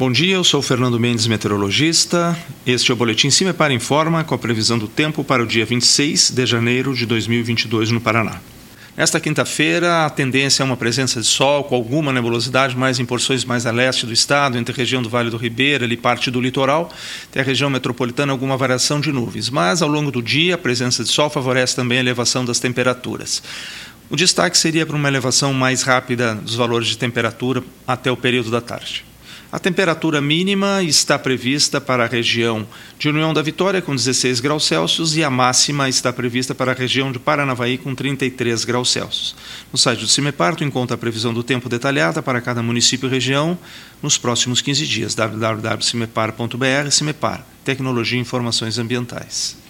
Bom dia, eu sou o Fernando Mendes, meteorologista. Este é o Boletim CIMEPAR Informa com a previsão do tempo para o dia 26 de janeiro de 2022 no Paraná. Nesta quinta-feira, a tendência é uma presença de sol com alguma nebulosidade mais em porções mais a leste do estado, entre a região do Vale do Ribeira e parte do litoral. Tem a região metropolitana alguma variação de nuvens, mas ao longo do dia a presença de sol favorece também a elevação das temperaturas. O destaque seria para uma elevação mais rápida dos valores de temperatura até o período da tarde. A temperatura mínima está prevista para a região de União da Vitória com 16 graus Celsius e a máxima está prevista para a região de Paranavaí com 33 graus Celsius. No site do CIMEPAR tu encontra a previsão do tempo detalhada para cada município e região nos próximos 15 dias. www.cimepar.br. CIMEPAR, Tecnologia e Informações Ambientais.